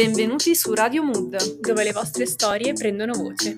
Benvenuti su Radio Mood. dove le vostre storie prendono voce.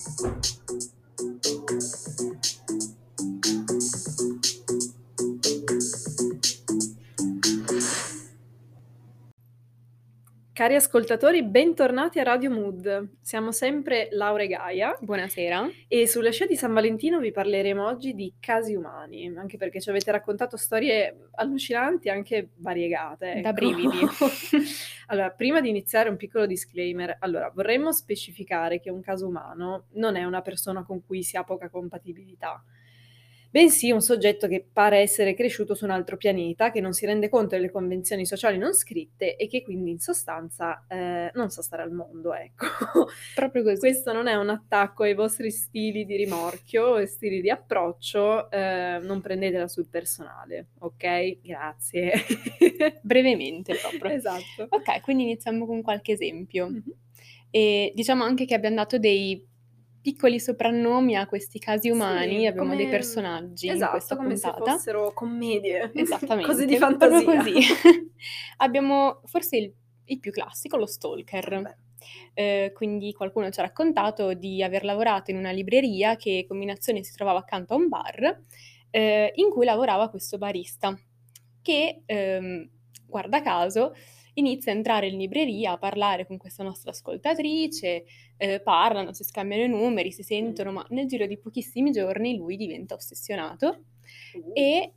Cari ascoltatori, bentornati a Radio Mood. Siamo sempre Laura e Gaia Buonasera. e sulla scia di San Valentino vi parleremo oggi di casi umani, anche perché ci avete raccontato storie allucinanti e anche variegate. Da ecco. brividi. Allora, prima di iniziare un piccolo disclaimer. Allora, vorremmo specificare che un caso umano non è una persona con cui si ha poca compatibilità, bensì un soggetto che pare essere cresciuto su un altro pianeta, che non si rende conto delle convenzioni sociali non scritte e che quindi in sostanza non sa stare al mondo, ecco. Proprio così. Questo non è un attacco ai vostri stili di rimorchio e stili di approccio, non prendetela sul personale, ok? Grazie. Brevemente proprio. Esatto. Ok, quindi iniziamo con qualche esempio. Mhm. E diciamo anche che abbiamo dato dei piccoli soprannomi a questi casi umani, Sì, abbiamo dei come personaggi in esatto, questa come se puntata. fossero commedie, Esattamente, cose di proprio fantasia. così. Abbiamo forse il più classico, lo stalker. Quindi qualcuno ci ha raccontato di aver lavorato in una libreria che combinazione si trovava accanto a un bar, in cui lavorava questo barista che, guarda caso, inizia a entrare in libreria a parlare con questa nostra ascoltatrice, parlano, si scambiano i numeri, si sentono, ma nel giro di pochissimi giorni lui diventa ossessionato e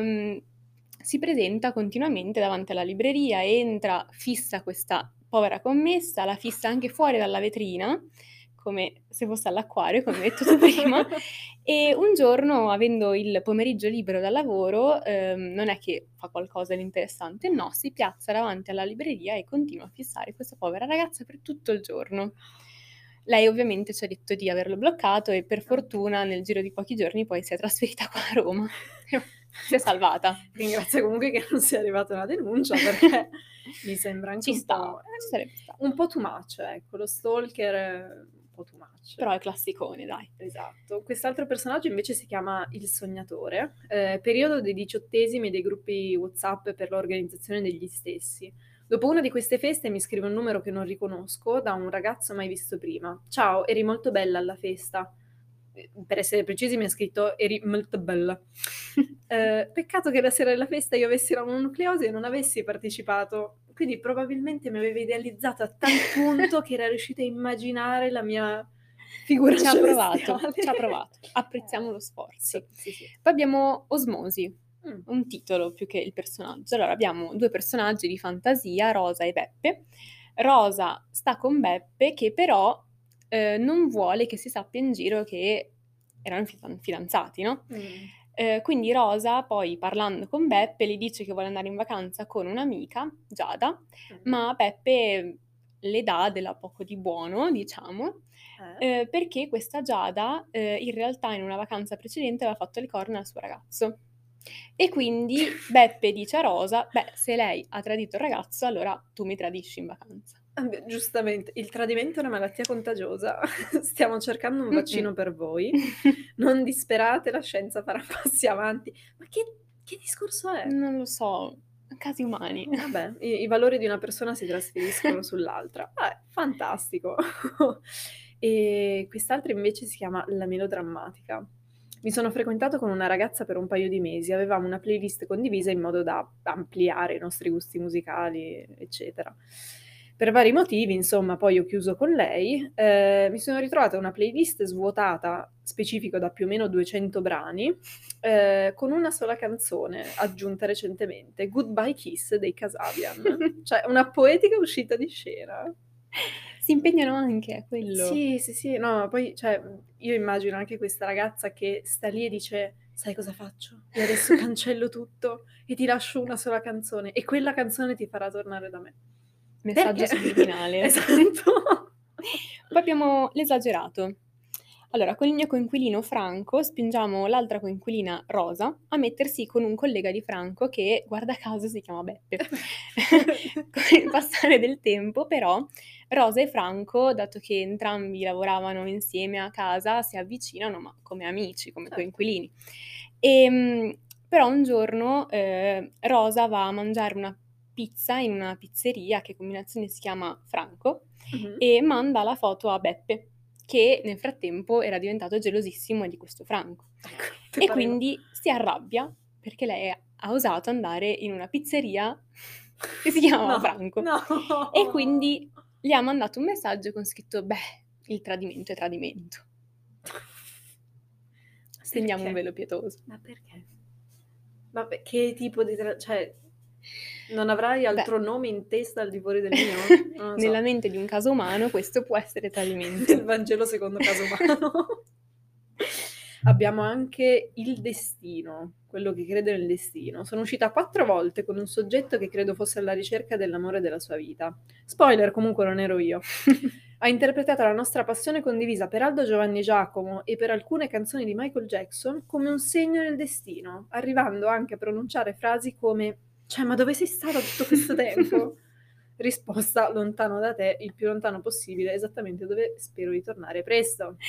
si presenta continuamente davanti alla libreria, entra, fissa questa povera commessa, la fissa anche fuori dalla vetrina, come se fosse all'acquario, come hai detto tu prima, e un giorno, avendo il pomeriggio libero dal lavoro, non è che fa qualcosa di interessante, no, si piazza davanti alla libreria e continua a fissare questa povera ragazza per tutto il giorno. Lei ovviamente ci ha detto di averlo bloccato e per fortuna nel giro di pochi giorni poi si è trasferita qua a Roma. Si è salvata. Ringrazio comunque che non sia arrivata una denuncia, perché mi sembra anche Ci un sta, po', ci sarebbe stato. un po' too much, ecco, lo stalker è un po' too much. Però è classicone, dai. Esatto. Quest'altro personaggio invece si chiama il Sognatore, periodo dei 18esimi dei gruppi WhatsApp per l'organizzazione degli stessi. Dopo una di queste feste mi scrive un numero che non riconosco da un ragazzo mai visto prima. Ciao, eri molto bella alla festa. Per essere precisi mi ha scritto eri molto bella. Peccato che la sera della festa io avessi la mononucleosi e non avessi partecipato, quindi probabilmente mi aveva idealizzato a tal punto che era riuscita a immaginare la mia figura Ci ha provato, celestiale. ci ha provato. Apprezziamo lo sforzo. Sì, sì. Poi abbiamo Osmosi, Mm. un titolo più che il personaggio. Allora abbiamo due personaggi di fantasia, Rosa e Beppe. Rosa sta con Beppe che però non vuole che si sappia in giro che erano fidanzati, no? Quindi Rosa poi parlando con Beppe le dice che vuole andare in vacanza con un'amica, Giada, ma Beppe le dà della poco di buono, diciamo, perché questa Giada in realtà in una vacanza precedente aveva fatto le corna al suo ragazzo. E quindi Beppe dice a Rosa, beh, se lei ha tradito il ragazzo, allora tu mi tradisci in vacanza. Beh, giustamente, il tradimento è una malattia contagiosa. Stiamo cercando un Mm-mm. vaccino per voi. Non disperate, la scienza farà passi avanti. Ma che discorso è? Non lo so, casi umani. Vabbè, i valori di una persona si trasferiscono sull'altra. Fantastico. E quest'altra invece si chiama La Melodrammatica. Mi sono frequentato con una ragazza per un paio di mesi, avevamo una playlist condivisa in modo da ampliare i nostri gusti musicali, eccetera. Per vari motivi, insomma, poi ho chiuso con lei, mi sono ritrovata una playlist svuotata, specifico da più o meno 200 brani, con una sola canzone aggiunta recentemente, Goodbye Kiss dei Kasabian. Cioè, una poetica uscita di scena. Si impegnano anche a quello. Sì, no, poi, cioè, io immagino anche questa ragazza che sta lì e dice, sai cosa faccio? Io adesso cancello tutto e ti lascio una sola canzone e quella canzone ti farà tornare da me. Messaggio Perché? subliminale. Esatto. Poi abbiamo l'esagerato. Allora, con il mio coinquilino Franco spingiamo l'altra coinquilina Rosa a mettersi con un collega di Franco che, guarda caso, si chiama Beppe. Con il passare del tempo, però, Rosa e Franco, dato che entrambi lavoravano insieme a casa, si avvicinano, ma come amici, come Certo. coinquilini. Però un giorno Rosa va a mangiare una pizza in una pizzeria che combinazione si chiama Franco Mh-mh. e manda la foto a Beppe, che nel frattempo era diventato gelosissimo di questo Franco. Ecco, te E pareva. quindi si arrabbia perché lei ha osato andare in una pizzeria che si chiamava No, Franco. E no. quindi gli ha mandato un messaggio con scritto: "Beh, il tradimento è tradimento". Stendiamo un Perché? velo pietoso. Ma perché? Vabbè, che tipo di cioè, non avrai Beh, altro nome in testa al di fuori del mio? Non lo nella so. mente di un caso umano questo può essere Il tradimento. Vangelo secondo caso umano. Abbiamo anche il destino, quello che crede nel destino. Sono uscita 4 volte con un soggetto che credo fosse alla ricerca dell'amore della sua vita. Spoiler, comunque non ero io. Ha interpretato la nostra passione condivisa per Aldo, Giovanni e Giacomo e per alcune canzoni di Michael Jackson come un segno nel destino, arrivando anche a pronunciare frasi come: "Cioè, ma dove sei stata tutto questo tempo?" Risposta: lontano da te, il più lontano possibile, esattamente dove spero di tornare presto.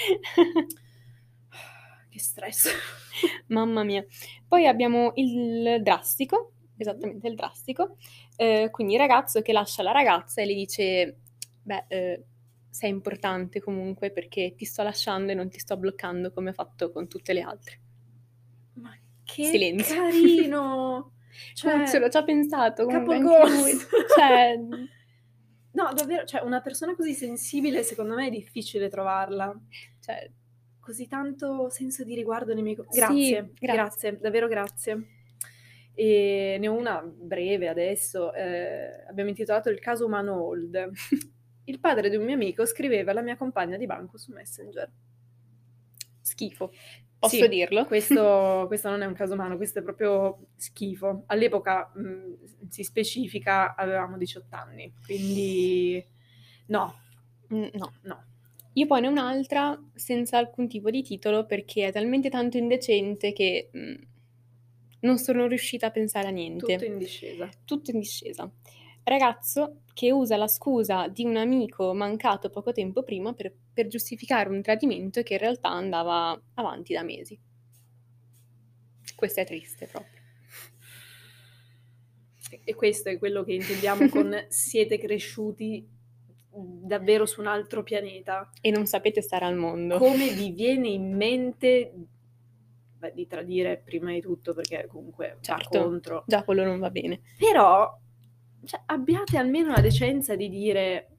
Che stress. Mamma mia. Poi abbiamo il drastico, Mh-mh. esattamente il drastico, quindi il ragazzo che lascia la ragazza e le dice: "Beh, sei importante comunque perché ti sto lasciando e non ti sto bloccando come ho fatto con tutte le altre". Ma che Silenzio. carino! Cioè, Cucciolo, ci ha pensato comunque anche lui. Capoghost. Cioè, No, davvero, cioè una persona così sensibile secondo me è difficile trovarla. cioè Così tanto senso di riguardo nei miei sì, grazie, grazie. grazie, davvero grazie. Ne ho una breve adesso, abbiamo intitolato "Il caso Manold". Il padre di un mio amico scriveva alla mia compagna di banco su Messenger. Schifo. Posso Sì, dirlo? questo non è un caso umano, questo è proprio schifo. All'epoca, si specifica, avevamo 18 anni, quindi no, No. no, Io poi ne ho un'altra senza alcun tipo di titolo perché è talmente tanto indecente che, non sono riuscita a pensare a tutto niente. in discesa. Tutto in discesa. Ragazzo che usa la scusa di un amico mancato poco tempo prima per giustificare un tradimento che in realtà andava avanti da mesi. Questo è triste proprio. E questo è quello che intendiamo con siete cresciuti, davvero su un altro pianeta. E non sapete stare al mondo. Come vi viene in mente, beh, di tradire prima di tutto perché comunque va Certo, contro, già quello non va bene. però, cioè abbiate almeno la decenza di dire: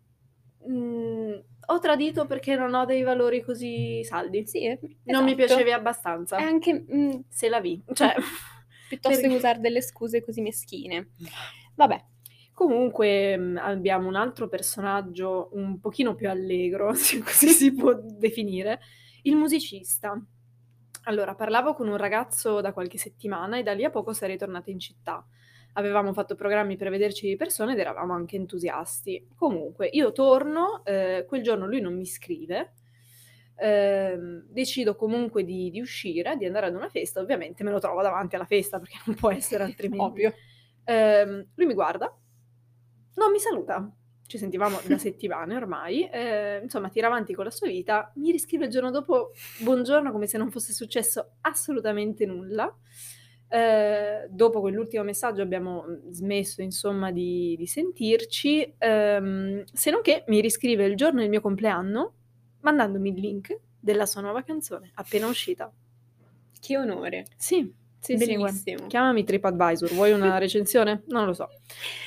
"Ho tradito perché non ho dei valori così saldi. Sì, Non mi esatto. piacevi È abbastanza. anche C'est la vie." Cioè, piuttosto che perché usar delle scuse così meschine. Vabbè, comunque, abbiamo un altro personaggio un pochino più allegro, se così si può definire, il musicista. Allora, parlavo con un ragazzo da qualche settimana e da lì a poco sarei tornata in città. Avevamo fatto programmi per vederci di persona ed eravamo anche entusiasti. Comunque, io torno, quel giorno lui non mi scrive, decido comunque di uscire, di andare ad una festa, ovviamente me lo trovo davanti alla festa perché non può essere altrimenti. ovvio. Lui mi guarda, non mi saluta. Ci sentivamo da settimane ormai, insomma tira avanti con la sua vita, mi riscrive il giorno dopo: "Buongiorno", come se non fosse successo assolutamente nulla. Dopo quell'ultimo messaggio abbiamo, smesso insomma di sentirci, se non che mi riscrive il giorno del mio compleanno, mandandomi il link della sua nuova canzone appena uscita. Che onore. Sì, sì, sì, Bellissimo. chiamami TripAdvisor, vuoi una recensione? Non lo so.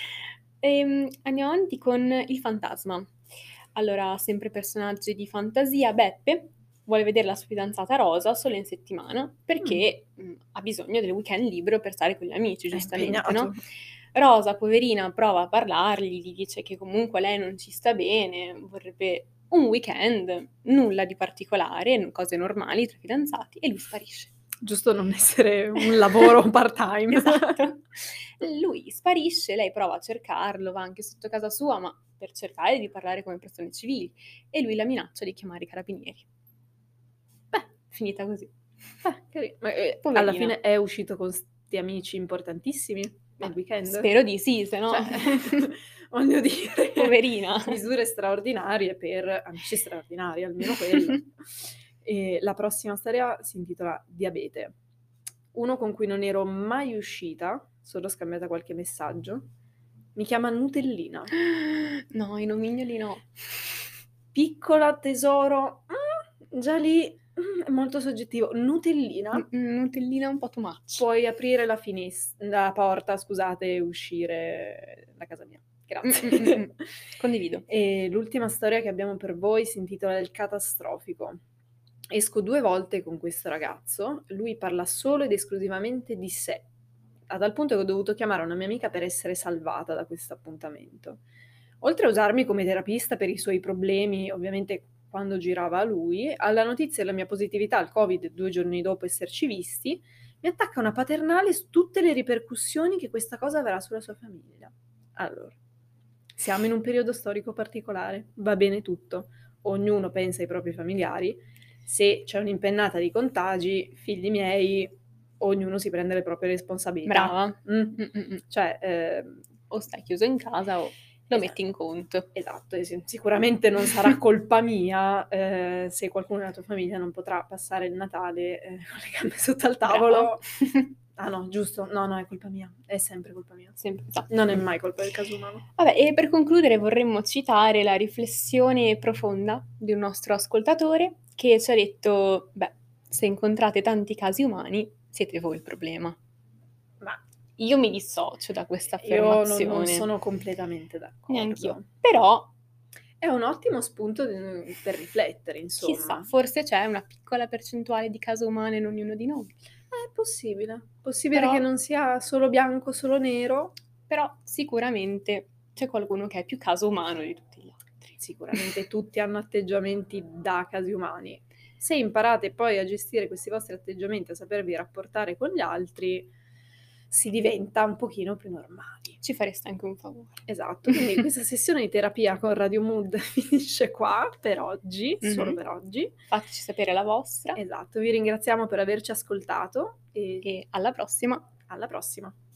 Andiamo avanti con il fantasma. Allora, sempre personaggi di fantasia, Beppe vuole vedere la sua fidanzata Rosa solo in settimana Mh, perché, ha bisogno del weekend libero per stare con gli amici, è giustamente, no, impegnato. Rosa poverina prova a parlargli, gli dice che comunque lei non ci sta bene, vorrebbe un weekend, nulla di particolare, cose normali tra fidanzati e lui sparisce. Giusto non essere un lavoro part-time. Esatto. Lui sparisce, lei prova a cercarlo, va anche sotto casa sua, ma per cercare di parlare come persone civili e lui la minaccia di chiamare i carabinieri. Beh, Finita così. Ma, alla Poverina. fine è uscito con 'sti amici importantissimi nel Ma weekend? spero di sì, se no Cioè, voglio dire, poverina. misure straordinarie per amici straordinari, almeno quello. La prossima storia si intitola Diabete. Uno con cui non ero mai uscita, solo scambiata qualche messaggio, Mi chiama Nutellina. No, i nomignoli no. Piccola, tesoro, già lì, è molto soggettivo. Nutellina, Nutellina un po' too much. puoi aprire la porta, scusate, e uscire da casa mia. Grazie. Condivido. E l'ultima storia che abbiamo per voi si intitola Il catastrofico. Esco 2 volte con questo ragazzo, lui parla solo ed esclusivamente di sé, a tal punto che ho dovuto chiamare una mia amica per essere salvata da questo appuntamento. Oltre a usarmi come terapista per i suoi problemi, ovviamente quando girava a lui, alla notizia della mia positività al Covid 2 giorni dopo esserci visti, mi attacca una paternale su tutte le ripercussioni che questa cosa avrà sulla sua famiglia. Allora, siamo in un periodo storico particolare, va bene tutto, ognuno pensa ai propri familiari, se c'è un'impennata di contagi, figli miei, ognuno si prende le proprie responsabilità. Brava. Cioè, O stai chiuso in casa o lo Esatto. metti in conto. Esatto, e sicuramente non sarà colpa mia, se qualcuno nella tua famiglia non potrà passare il Natale, con le gambe sotto al Brava. tavolo. Ah no, giusto. No, è colpa mia. È sempre colpa mia. Esatto. Non è mai colpa del caso umano. Vabbè, e per concludere vorremmo citare la riflessione profonda di un nostro ascoltatore che ci ha detto: "Beh, se incontrate tanti casi umani, siete voi il problema". Ma Io mi dissocio da questa io affermazione. non sono completamente d'accordo. Neanch'io. Però È un ottimo spunto per riflettere, chissà, insomma. forse c'è una piccola percentuale di casi umane in ognuno di noi. È possibile. Possibile Però che non sia solo bianco, solo nero. Però sicuramente c'è qualcuno che è più caso umano di tutti gli altri. Sicuramente tutti hanno atteggiamenti da casi umani. Se imparate poi a gestire questi vostri atteggiamenti, a sapervi rapportare con gli altri, si diventa un pochino più normali. Ci fareste anche un favore. Esatto, quindi questa sessione di terapia con Radio Mood finisce qua per oggi, solo per oggi. Fateci sapere la vostra Esatto, vi ringraziamo per averci ascoltato e e alla prossima. alla prossima.